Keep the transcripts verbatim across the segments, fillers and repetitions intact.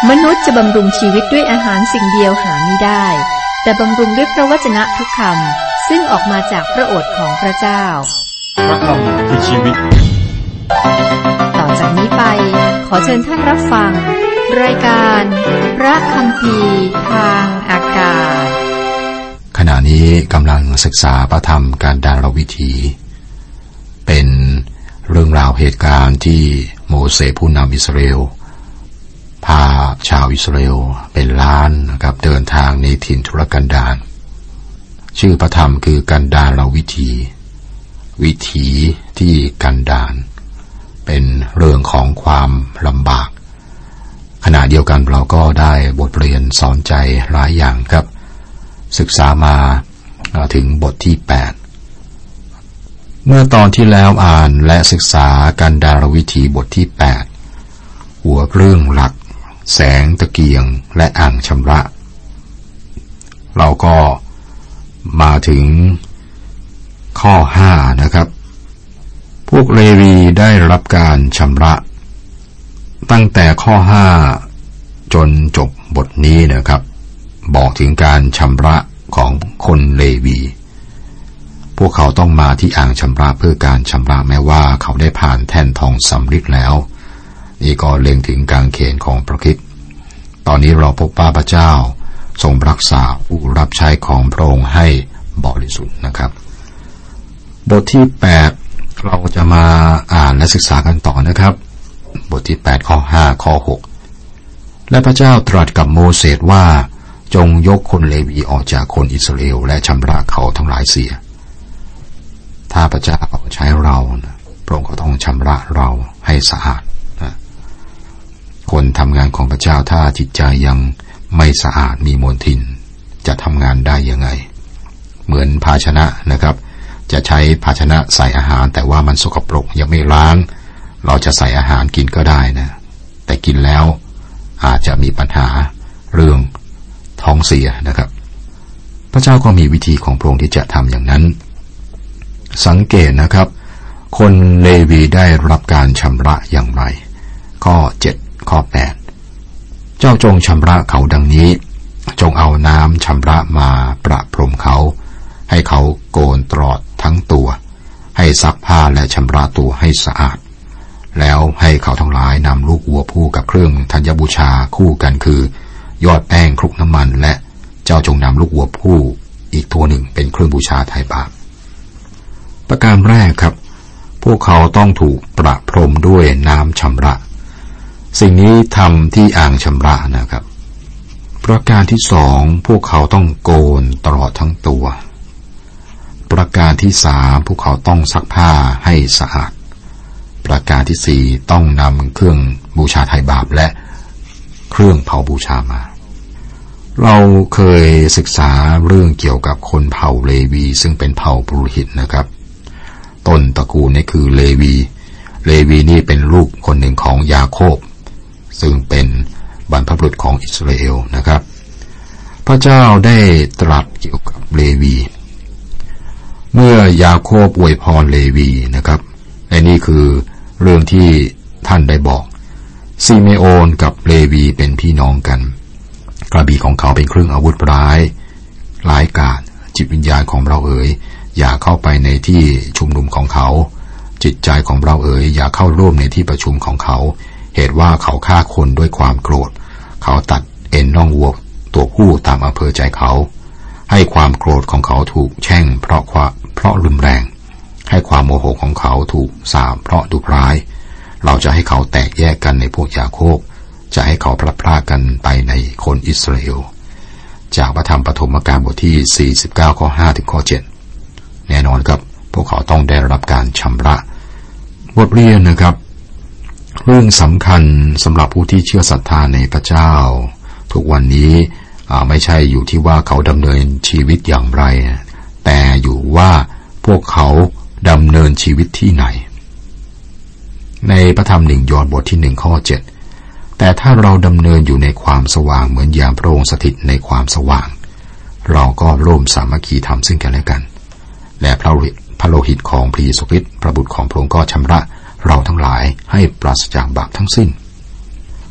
มนุษย์จะบำรุงชีวิตด้วยอาหารสิ่งเดียวหาไม่ได้แต่บำรุงด้วยพระวจนะทุกคำซึ่งออกมาจากพระโอษฐ์ของพระเจ้าพระคำคือชีวิตต่อจากนี้ไปขอเชิญท่านรับฟังรายการพระคัมภีร์ทางอากาศขณะนี้กำลังศึกษาพระธรรมการดาลวิถีเป็นเรื่องราวเหตุการณ์ที่โมเสสผู้นำอิสราเอลพาชาวอิสราเอลเป็นล้านนะครับเดินทางในถิ่นทุรกันดารชื่อพระธรรมคือกันดารวิถีวิถีที่กันดารเป็นเรื่องของความลำบากขณะเดียวกันเราก็ได้บทเรียนสอนใจหลายอย่างครับศึกษามาถึงบทที่แปดเมื่อตอนที่แล้วอ่านและศึกษากันดารวิถีบทที่แปดหัวเรื่องหลักแสงตะเกียงและอ่างชำระเราก็มาถึงข้อห้านะครับพวกเลวีได้รับการชำระตั้งแต่ข้อห้าจนจบบทนี้นะครับบอกถึงการชำระของคนเลวีพวกเขาต้องมาที่อ่างชำระเพื่อการชำระแม้ว่าเขาได้ผ่านแท่นทองสำริดแล้วนี่ก็เล็งถึงกางเขนของพระคริสต์ตอนนี้เราพบว่าพระเจ้าทรงรักษาผู้รับใช้ของพระองค์ให้บริสุทธิ์นะครับบทที่แปดเราจะมาอ่านและศึกษากันต่อนะครับบทที่แปดข้อห้าข้อหกและพระเจ้าตรัสกับโมเสสว่าจงยกคนเลวีออกจากคนอิสราเอลและชำระเขาทั้งหลายเสียถ้าพระเจ้าใช้เราพระองค์ก็ต้องชำระเราให้สะอาดนะคนทำงานของพระเจ้าถ้าจิตใจยังไม่สะอาดมีมลทินจะทำงานได้ยังไงเหมือนภาชนะนะครับจะใช้ภาชนะใส่อาหารแต่ว่ามันสกปรกยังไม่ล้างเราจะใส่อาหารกินก็ได้นะแต่กินแล้วอาจจะมีปัญหาเรื่องท้องเสียนะครับพระเจ้าก็มีวิธีของพระองค์ที่จะทำอย่างนั้นสังเกตนะครับคนเลวีได้รับการชำระอย่างไรข้อเจ็ดข้อแปดเจ้าจงชำระเขาดังนี้จงเอาน้ำชำระมาประพรมเขาให้เขาโกนตรอดทั้งตัวให้ซักผ้าและชำระตัวให้สะอาดแล้วให้เขาทั้งหลายนำลูกวัวผู้กับเครื่องธัญบูชาคู่กันคือยอดแป้งคลุกน้ำมันและเจ้าจงนำลูกวัวผู้อีกตัวหนึ่งเป็นเครื่องบูชาไถ่บาปประการแรกครับพวกเขาต้องถูกประพรมด้วยน้ำชำระสิ่งนี้ทำที่อ่างชำระนะครับประการที่สองพวกเขาต้องโกนตลอดทั้งตัวประการที่สามพวกเขาต้องซักผ้าให้สะอาดประการที่สี่ต้องนำเครื่องบูชาไถ่บาปและเครื่องเผาบูชามาเราเคยศึกษาเรื่องเกี่ยวกับคนเผ่าเลวีซึ่งเป็นเผ่าปุโรหิตนะครับต้นตระกูลนี่คือเลวีเลวีนี่เป็นลูกคนหนึ่งของยาโคบซึ่งเป็นบรรพบุรุษของอิสราเอลนะครับพระเจ้าได้ตรัสเกี่ยวกับเลวีเมื่อยาโคบอวยพรเลวีนะครับและนี่คือเรื่องที่ท่านได้บอกซิเมโอนกับเลวีเป็นพี่น้องกันกระบี่ของเขาเป็นเครื่องอาวุธร้ายร้ายกาจจิตวิญญาณของเราเอ๋ยอย่าเข้าไปในที่ชุมนุมของเขาจิตใจของเราเอ๋ยอย่าเข้าร่วมในที่ประชุมของเขาเหตุว่าเขาฆ่าคนด้วยความโกรธเขาตัดเอ็นน่องวัวตัวผู้ตามอำเภอใจเขาให้ความโกรธของเขาถูกแช่งเพราะเพราะรุนแรงให้ความโมโหของเขาถูกสาปเพราะดุร้ายเราจะให้เขาแตกแยกกันในพวกยาโคบจะให้เขาพลัดพรากกันไปในคนอิสราเอลจากพระธรรมปฐมกาลบทที่สี่สิบเก้าข้อห้าถึงข้อเจ็ดแน่นอนครับพวกเขาต้องได้รับการชำระบทเรียนนะครับเรื่องสำคัญสำหรับผู้ที่เชื่อศรัทธาในพระเจ้าทุกวันนี้ไม่ใช่อยู่ที่ว่าเขาดำเนินชีวิตอย่างไรแต่อยู่ว่าพวกเขาดำเนินชีวิตที่ไหนในพระธรรมหนึ่งยอห์นบทที่หนึ่งข้อเจ็ดแต่ถ้าเราดำเนินอยู่ในความสว่างเหมือนอย่างพระองค์สถิตในความสว่างเราก็ร่วมสามัคคีธรรมซึ่งกันและกันและพระพระโลหิตของพระเยซูคริสต์พระบุตรของพระองค์ก็ชำระเราทั้งหลายให้ปราศจากบาปทั้งสิ้น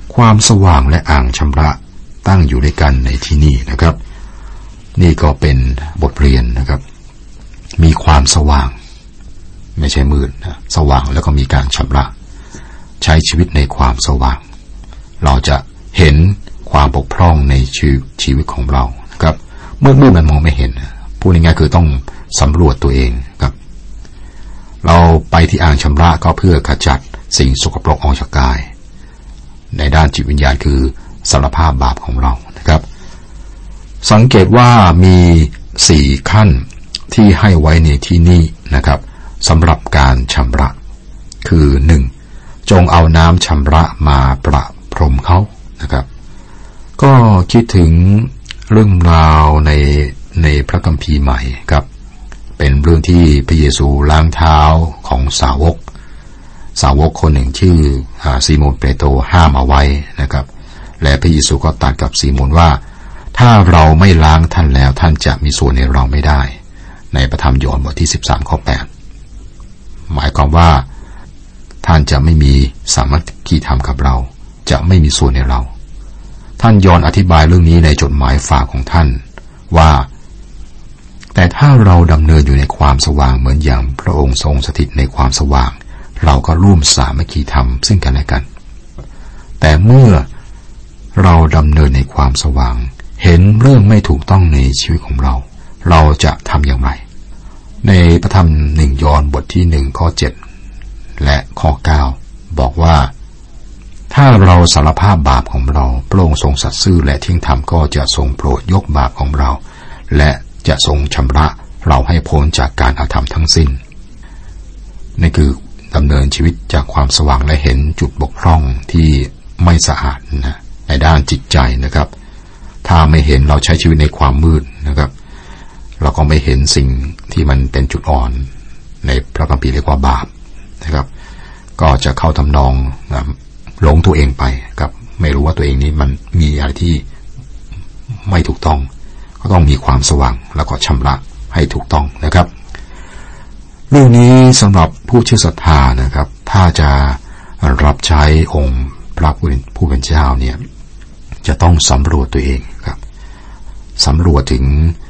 ความสว่างและอ่างชำระตั้งอยู่ด้วยกันในที่นี่นะครับนี่ก็เป็นบทเรียนนะครับมีความสว่างไม่ใช่มืดนะสว่างแล้วก็มีการชำระใช้ชีวิตในความสว่างเราจะเห็นความบกพร่องในชีวิตชีวิตของเรานะครับเมื่อมืดมันมองไม่เห็นพูดง่ายๆคือต้องสำรวจตัวเองครับเราไปที่อ่างชำระก็เพื่อขจัดสิ่งสกปรกออกจากกายในด้านจิตวิญญาณคือสารภาพบาปของเรานะครับสังเกตว่ามีสี่ขั้นที่ให้ไว้ในที่นี้นะครับสำหรับการชำระคือหนึ่งจงเอาน้ำชำระมาประพรมเขานะครับก็คิดถึงเรื่องราวในในพระคัมภีร์ใหม่ครับเป็นเรื่องที่พระเยซูล้างเท้าของสาวกสาวกคนหนึ่งชื่อซีโมนเปโตรห้ามเอาไว้นะครับและพระเยซูก็ตรัสกับซีโมนว่าถ้าเราไม่ล้างท่านแล้วท่านจะมีส่วนในเราไม่ได้ในพระธรรมยอห์นบทที่สิบสามข้อแปดหมายความว่าท่านจะไม่มีสามัคคีธรรมกับเราจะไม่มีส่วนในเราท่านยอห์นอธิบายเรื่องนี้ในจดหมายฝากของท่านว่าแต่ถ้าเราดำเนินอยู่ในความสว่างเหมือนอย่างพระองค์ทรงสถิตในความสว่างเราก็ร่วมสามัคคีธรรมซึ่งกันและกันแต่เมื่อเราดำเนินในความสว่างเห็นเรื่องไม่ถูกต้องในชีวิตของเราเราจะทำอย่างไรในพระธรรมหนึ่งยอห์นบทที่หนึ่งข้อเจ็ดและข้อเก้าบอกว่าถ้าเราสารภาพบาปของเราพระองค์ทรงสัตย์ซื่อและเที่ยงธรรมก็จะทรงโปรดยกบาปของเราและจะทรงชำระเราให้พ้นจากการอาธรรมทั้งสิ้นนี่คือดำเนินชีวิตจากความสว่างและเห็นจุดบกพร่องที่ไม่สะอาดนะในด้านจิตใจนะครับถ้าไม่เห็นเราใช้ชีวิตในความมืดนะครับเราก็ไม่เห็นสิ่งที่มันเป็นจุดอ่อนในพระคัมภีร์เรียกว่าบาปนะครับก็จะเข้าทำนองหลงตัวเองไปครับไม่รู้ว่าตัวเองนี้มันมีอะไรที่ไม่ถูกต้องก็ต้องมีความสว่างแล้วก็ชำระให้ถูกต้องนะครับเรื่องนี้สำหรับผู้เชื่อศรัทธานะครับถ้าจะรับใช้องค์พระผู้เป็นเจ้าเนี่ยจะต้องสำรวจตัวเองครับสำรวจถึง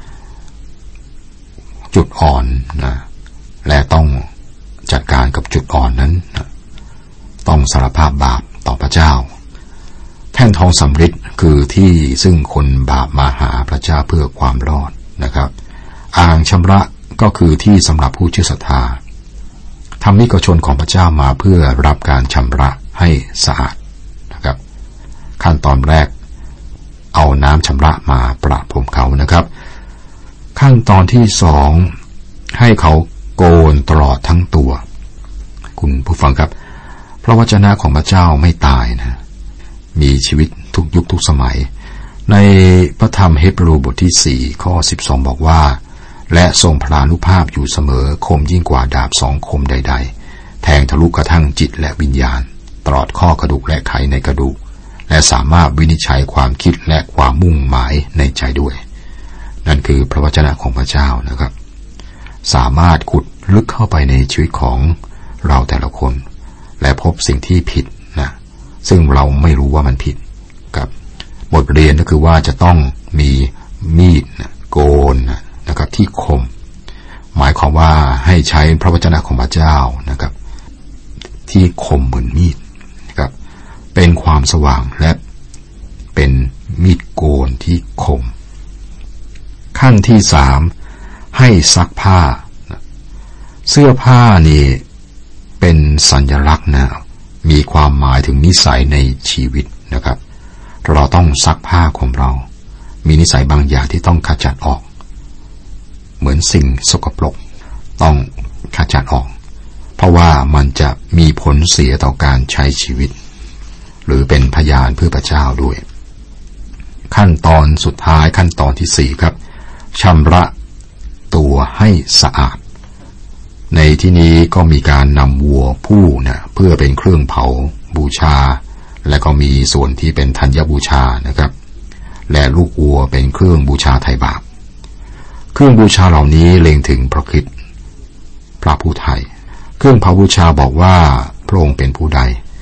จุดอ่อนนะและต้องจัดการกับจุดอ่อนนั้นนะต้องสารภาพบาปต่อพระเจ้าแท่นทองสำริดคือที่ซึ่งคนบาปมาหาพระเจ้าเพื่อความรอดนะครับอ่างชำระก็คือที่สำหรับผู้เชื่อศรัทธาธรรมิกชนของพระเจ้ามาเพื่อรับการชำระให้สะอาดนะครับขั้นตอนแรกเอาน้ำชำระมาประพรมเขานะครับขั้นตอนที่สองให้เขาโกนตลอดทั้งตัวคุณผู้ฟังครับพระวจนะของพระเจ้าไม่ตายนะมีชีวิตทุกยุคทุกสมัยในพระธรรมเฮบรูบทที่สี่ข้อสิบสองบอกว่าและทรงพลานุภาพอยู่เสมอคมยิ่งกว่าดาบสองคมใดๆแทงทะลุกระทั่งจิตและวิญญาณตลอดข้อกระดูกและไขในกระดูกและสามารถวินิจฉัยความคิดและความมุ่งหมายในใจด้วยนั่นคือพระวจนะของพระเจ้านะครับสามารถขุดลึกเข้าไปในชีวิตของเราแต่ละคนและพบสิ่งที่ผิดนะซึ่งเราไม่รู้ว่ามันผิดกับบทเรียนก็คือว่าจะต้องมีมีดนะโกนนะนะครับที่คมหมายความว่าให้ใช้พระวจนะของพระเจ้านะครับที่คมเหมือนมีดนะครับเป็นความสว่างและเป็นมีดโกนที่คมขั้นที่สามให้ซักผ้าเสื้อผ้านี่เป็นสัญลักษณ์นะมีความหมายถึงนิสัยในชีวิตนะครับเราต้องซักผ้าของเรามีนิสัยบางอย่างที่ต้องขจัดออกเหมือนสิ่งสกปรกต้องขจัดออกเพราะว่ามันจะมีผลเสียต่อการใช้ชีวิตหรือเป็นพยานเพื่อพระเจ้าด้วยขั้นตอนสุดท้ายขั้นตอนที่สี่ครับชำระตัวให้สะอาดในที่นี้ก็มีการนำวัวผู้นะเพื่อเป็นเครื่องเผาบูชาและก็มีส่วนที่เป็นธัญบูชานะครับและลูกวัวเป็นเครื่องบูชาไถ่บาปเครื่องบูชาเหล่านี้เล็งถึงพระคริสต์พระผู้ไถ่เครื่องเผาบูชาบอกว่าพระองค์เป็นผู้ใด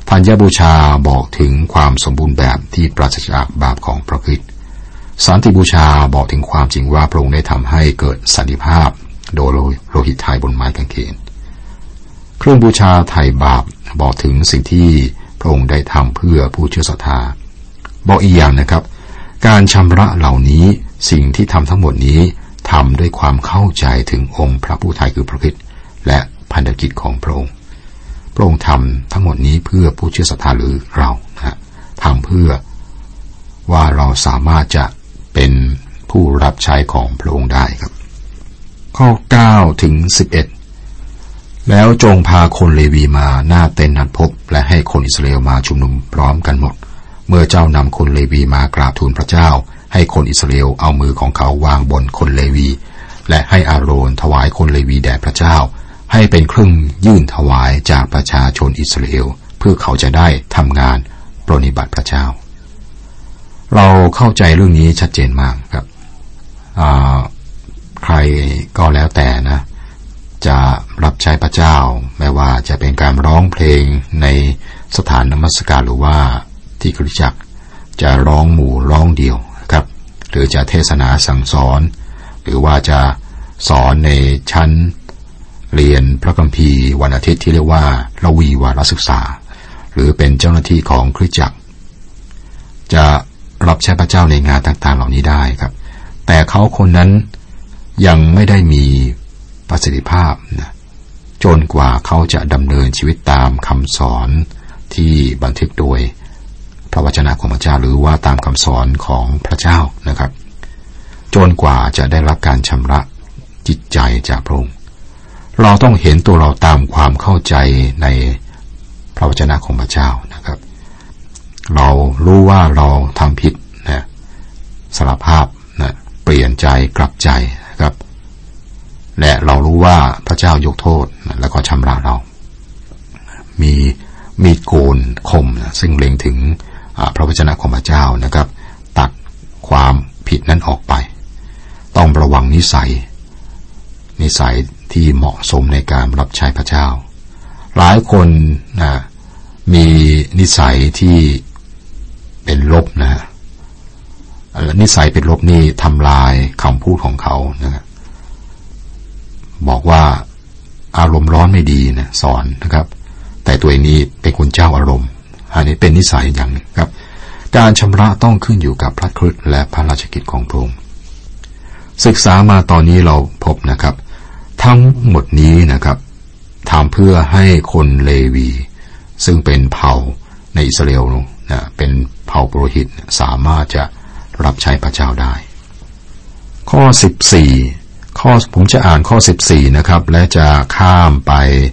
ธัญบูชาบอกถึงความสมบูรณ์แบบที่ปราศจากบาปของพระคริสต์สันติบูชาบอกถึงความจริงว่าพระองค์ได้ทำให้เกิดสันติภาพโดยโลหิตไถ่บนไม้กางเขนเครื่องบูชาไถ่บาปบอกถึงสิ่งที่พระองค์ได้ทำเพื่อผู้เชื่อศรัทธาบอกอีกอย่างนะครับการชำระเหล่านี้สิ่งที่ทำทั้งหมดนี้ทำด้วยความเข้าใจถึงองค์พระผู้ไถ่คือพระคริสต์และพันธกิจของพระองค์พระองค์ทำทั้งหมดนี้เพื่อผู้เชื่อศรัทธาหรือเรานะทำเพื่อว่าเราสามารถจะเป็นผู้รับใช้ของพระองค์ได้ครับข้อเก้าถึงสิบเอ็ดแล้วจงพาคนเลวีมาหน้าเต็นท์นัดพบและให้คนอิสราเอลมาชุมนุมพร้อมกันหมดเมื่อเจ้านำคนเลวีมากราบทูลพระเจ้าให้คนอิสราเอลเอามือของเขาวางบนคนเลวีและให้อาโรนถวายคนเลวีแด่พระเจ้าให้เป็นเครื่องยื่นถวายจากประชาชนอิสราเอลเพื่อเขาจะได้ทำงานปรนนิบัติพระเจ้าเราเข้าใจเรื่องนี้ชัดเจนมากครับใครก็แล้วแต่นะจะรับใช้พระเจ้าไม่ว่าจะเป็นการร้องเพลงในสถานนมัสการหรือว่าที่คริสตจักรจะร้องหมู่ร้องเดี่ยวครับหรือจะเทศนาสั่งสอนหรือว่าจะสอนในชั้นเรียนพระคัมภีร์วันอาทิตย์ที่เรียกว่าระวีวารศึกษาหรือเป็นเจ้าหน้าที่ของคริสตจักรจะรับใช้พระเจ้าในงานต่างๆเหล่านี้ได้ครับแต่เขาคนนั้นยังไม่ได้มีประสิทธิภาพนะจนกว่าเขาจะดำเนินชีวิตตามคำสอนที่บันทึกโดยพระวจนะของพระเจ้าหรือว่าตามคำสอนของพระเจ้านะครับจนกว่าจะได้รับการชำระจิตใจจากพระองค์เราต้องเห็นตัวเราตามความเข้าใจในพระวจนะของพระเจ้านะครับเรารู้ว่าเราทำผิดนะสารภาพนะเปลี่ยนใจกลับใจนะครับและเรารู้ว่าพระเจ้ายกโทษนะแล้วก็ชำระเรามีมีดโกนคมนะซึ่งเล็งถึงพระวจนะของพระเจ้านะครับตัดความผิดนั้นออกไปต้องระวังนิสัยนิสัยที่เหมาะสมในการรับใช้พระเจ้าหลายคนนะมีนิสัยที่เป็นลบนะนิสัยเป็นลบนี่ทำลายคำพูดของเขานะบอกว่าอารมณ์ร้อนไม่ดีนะสอนนะครับแต่ตัวเองนี้เป็นคนเจ้าอารมณ์อันนี้เป็นนิสัยอย่างนึงครับการชำระต้องขึ้นอยู่กับพระคริสต์และพระราชกิจของพระองค์ศึกษามาตอนนี้เราพบนะครับทั้งหมดนี้นะครับทำเพื่อให้คนเลวีซึ่งเป็นเผ่าในอิสราเอลนะเป็นเผ่าปุโรหิตสามารถจะรับใช้พระเจ้าได้ข้อสิบสี่ข้อผมจะอ่านข้อสิบสี่นะครับและจะข้ามไป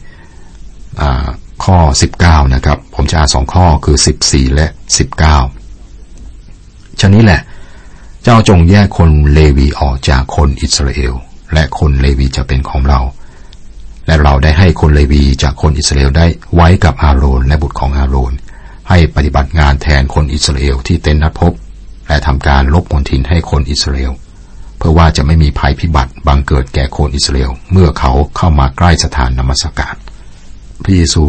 ข้อสิบเก้านะครับผมจะอ่านสองข้อคือสิบสี่และสิบเก้าฉะนี้แหละเจ้าจงแยกคนเลวีออกจากคนอิสราเอลและคนเลวีจะเป็นของเราและเราได้ให้คนเลวีจากคนอิสราเอลได้ไว้กับอาโรนและบุตรของอาโรนให้ปฏิบัติงานแทนคนอิสราเอลที่เต็นท์นัดพบและทำการลบมลทินให้คนอิสราเอลเพื่อว่าจะไม่มีภัยพิบัติบังเกิดแก่คนอิสราเอลเมื่อเขาเข้ามาใกล้สถานนมัสการพระเยซู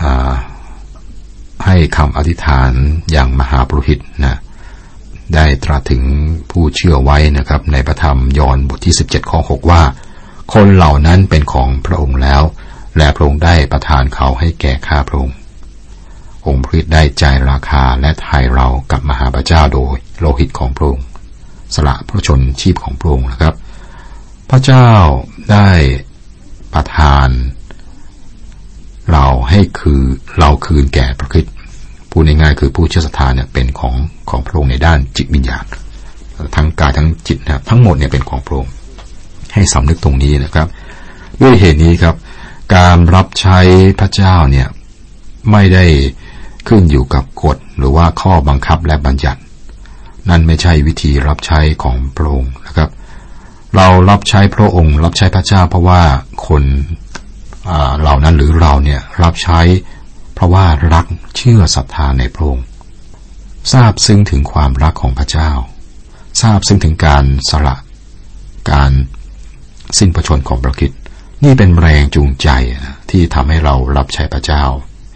ให้คำอธิษฐานอย่างมหาปุโรหิตนะได้ตรัสถึงผู้เชื่อไว้นะครับในพระธรรมยอห์นบทที่สิบเจ็ดข้อหกว่าคนเหล่านั้นเป็นของพระองค์แล้วและพระองค์ได้ประทานเขาให้แก่ข้าพระองค์องค์พระคริสต์ได้จ่ายราคาและไถ่เรากับมหาพระเจ้าโดยโลหิตของพระองค์สละพระชนชีพของพระองค์นะครับพระเจ้าได้ประทานเราให้คือเราคืนแก่พระคริสต์พูดง่ายๆคือผู้เชื่อศรัทธาเนี่ยเป็นของของพระองค์ในด้านจิตวิญญาณทั้งกายทั้งจิตนะครับทั้งหมดเนี่ยเป็นของพระองค์ให้สำนึกตรงนี้นะครับด้วยเหตุนี้ครับการรับใช้พระเจ้าเนี่ยไม่ได้ขึ้นอยู่กับกฎหรือว่าข้อบังคับและบัญญัตินั่นไม่ใช่วิธีรับใช้ของพระองค์นะครับเรารับใช้พระองค์รับใช้พระเจ้าเพราะว่าคนเหล่านั้นหรือเราเนี่ยรับใช้เพราะว่ารักเชื่อศรัทธาในพระองค์ทราบซึ้งถึงความรักของพระเจ้าทราบซึ้งถึงการสละการสิ้นพระชนของพระคริสต์นี่เป็นแรงจูงใจที่ทำให้เรารับใช้พระเจ้า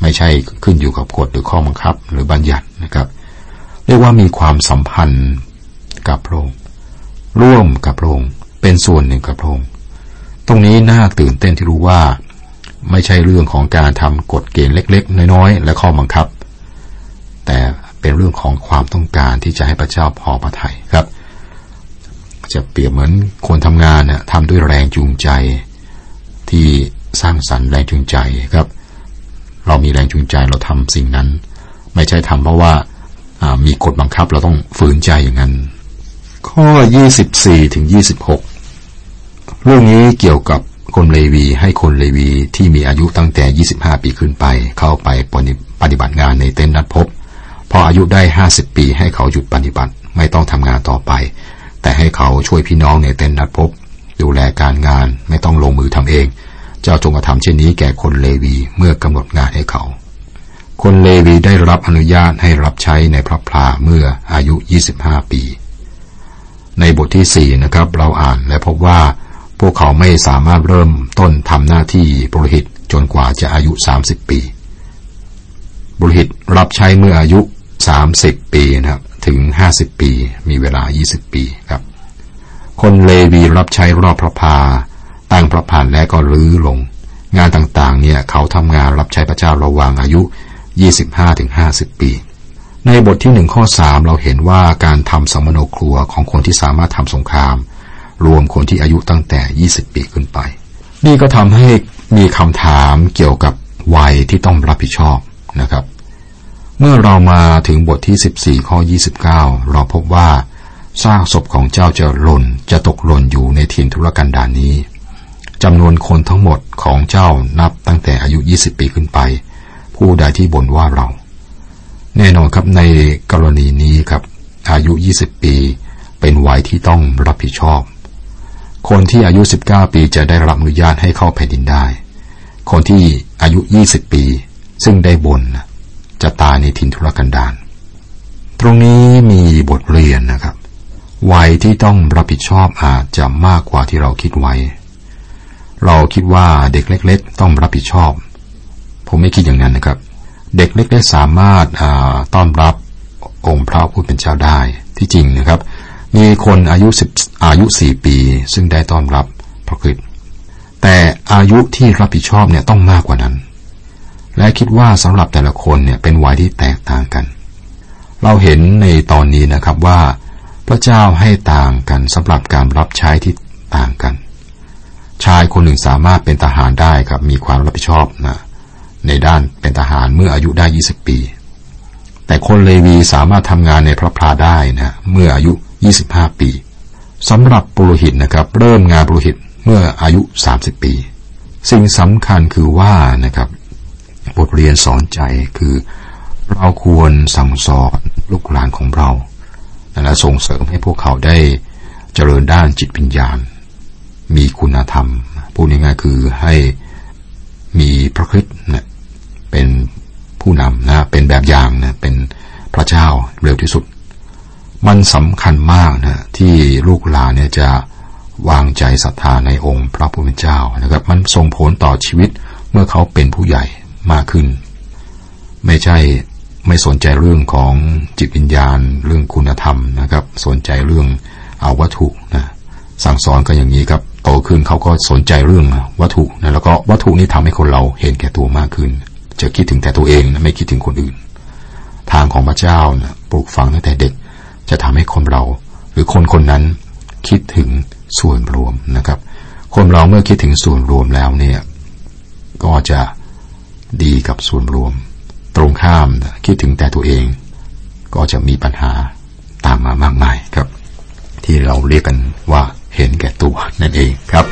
ไม่ใช่ขึ้นอยู่กับกฎหรือข้อบังคับหรือบัญญัตินะครับเรียกว่ามีความสัมพันธ์กับพระองค์ร่วมกับพระองค์เป็นส่วนหนึ่งกับพระองค์ตรงนี้น่าตื่นเต้นที่รู้ว่าไม่ใช่เรื่องของการทำกฎเกณฑ์เล็กๆน้อยๆและข้อบังคับแต่เป็นเรื่องของความต้องการที่จะให้พระเจ้าพอพระทัยครับจะเปรียบเหมือนคนทำงานนะทำด้วยแรงจูงใจที่สร้างสรรค์แรงจูงใจครับเรามีแรงจูงใจเราทำสิ่งนั้นไม่ใช่ทำเพราะว่ามีกฎบังคับเราต้องฝืนใจอย่างนั้นข้อยี่สิบสี่ถึงยี่สิบหกเรื่องนี้เกี่ยวกับคนเลวีให้คนเลวีที่มีอายุตั้งแต่ยี่สิบห้าปีขึ้นไปเข้าไปปฏิบัติงานในเต็นท์นัดพบพออายุได้ห้าสิบปีให้เขาหยุดปฏิบัติไม่ต้องทำงานต่อไปแต่ให้เขาช่วยพี่น้องในเต็นท์นัดพบดูแลการงานไม่ต้องลงมือทำเองเจ้าจงกระทำเช่นนี้แก่คนเลวีเมื่อกำหนดงานให้เขาคนเลวีได้รับอนุญาตให้รับใช้ในพระพลาเมื่ออายุยี่สิบห้าปีในบทที่สี่นะครับเราอ่านและพบว่าพวกเขาไม่สามารถเริ่มต้นทำหน้าที่ปุโรหิตจนกว่าจะอายุสามสิบปีปุโรหิตรับใช้เมื่ออายุสามสิบปีนะครับถึงห้าสิบปีมีเวลายี่สิบปีครับคนเลวีรับใช้รอบพระพาตั้งพระพานและก็รื้อลงงานต่างๆเนี่ยเขาทำงานรับใช้พระเจ้าระหว่างอายุยี่สิบห้าถึงห้าสิบปีในบทที่หนึ่งข้อสามเราเห็นว่าการทำสมโนครัวของคนที่สามารถทำสงครามรวมคนที่อายุตั้งแต่ยี่สิบปีขึ้นไปนี่ก็ทำให้มีคำถามเกี่ยวกับวัยที่ต้องรับผิดชอบนะครับเมื่อเรามาถึงบทที่สิบสี่ข้อยี่สิบเก้าเราพบว่าซากศพของเจ้าจะหล่นจะตกหล่นอยู่ในถิ่นทุรกันดารนี้จำนวนคนทั้งหมดของเจ้านับตั้งแต่อายุยี่สิบปีขึ้นไปผู้ใดที่บ่นว่าเราแน่นอนครับในกรณีนี้ครับอายุยี่สิบปีเป็นวัยที่ต้องรับผิดชอบคนที่อายุสิบเก้าปีจะได้รับอนุญาตให้เข้าแผ่นดินได้คนที่อายุยี่สิบปีซึ่งได้บ่นจะตายในถิ่นทุรกันดารตรงนี้มีบทเรียนนะครับวัยที่ต้องรับผิดชอบอาจจะมากกว่าที่เราคิดไว้เราคิดว่าเด็กเล็กๆต้องรับผิดชอบผมไม่คิดอย่างนั้นนะครับเด็กเล็กๆสามารถต้อนรับองค์พระผู้เป็นเจ้าได้ที่จริงนะครับมีคนอายุสิบอายุสี่ปีซึ่งได้ต้อนรับพระคริสต์แต่อายุที่รับผิดชอบเนี่ยต้องมากกว่านั้นและคิดว่าสำหรับแต่ละคนเนี่ยเป็นวัยที่แตกต่างกันเราเห็นในตอนนี้นะครับว่าพระเจ้าให้ต่างกันสำหรับการรับใช้ที่ต่างกันชายคนหนึ่งสามารถเป็นทหารได้ครับมีความรับผิดชอบนะในด้านเป็นทหารเมื่ออายุได้ยี่สิบปีแต่คนเลวีสามารถทำงานในพระพลาได้นะเมื่ออายุยี่สิบห้าปีสำหรับปุโรหิตนะครับเริ่มงานปุโรหิตเมื่ออายุสามสิบปีสิ่งสำคัญคือว่านะครับบทเรียนสอนใจคือเราควรสั่งสอนลูกหลานของเราและส่งเสริมให้พวกเขาได้เจริญด้านจิตวิญญาณมีคุณธรรมพูดง่ายๆคือให้มีพระคริสต์นะเป็นผู้นำนะเป็นแบบอย่างนะเป็นพระเจ้าเร็วที่สุดมันสำคัญมากนะที่ลูกหลานเนี่ยจะวางใจศรัทธาในองค์พระผู้เป็นเจ้านะครับมันส่งผลต่อชีวิตเมื่อเขาเป็นผู้ใหญ่มากขึ้นไม่ใช่ไม่สนใจเรื่องของจิตวิญญาณเรื่องคุณธรรมนะครับสนใจเรื่องเอาวัตถุนะสั่งสอนกันอย่างนี้ครับโตขึ้นเขาก็สนใจเรื่องวัตถุนะแล้วก็วัตถุนี้ทำให้คนเราเห็นแก่ตัวมากขึ้นจะคิดถึงแต่ตัวเองนะไม่คิดถึงคนอื่นทางของพระเจ้านะปลูกฝังตั้งแต่เด็กจะทำให้คนเราหรือคนคนนั้นคิดถึงส่วนรวมนะครับคนเราเมื่อคิดถึงส่วนรวมแล้วเนี่ยก็จะดีกับส่วนรวมตรงข้ามคิดถึงแต่ตัวเองก็จะมีปัญหาตามมามากมายครับที่เราเรียกกันว่าเห็นแก่ตัวนั่นเองครับ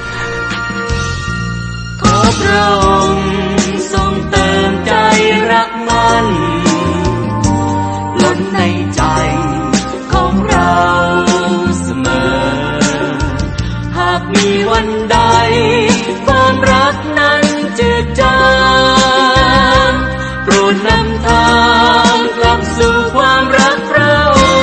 ขอพระองค์ทรงเติมใจรักมันล้นในใจของเราเสมอหากมีวันใดความรักนั้นจืดจางโปรดนำทางกลับสู่ความรักพระ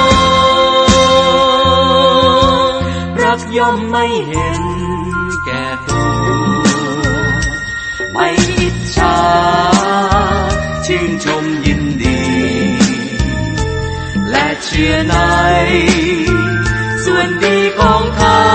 องค์รักย่อมไม่เห็นแก่ตัวไม่อิจฉาชื่นชมยินดีและเชื่อในส่วนดีของท่าน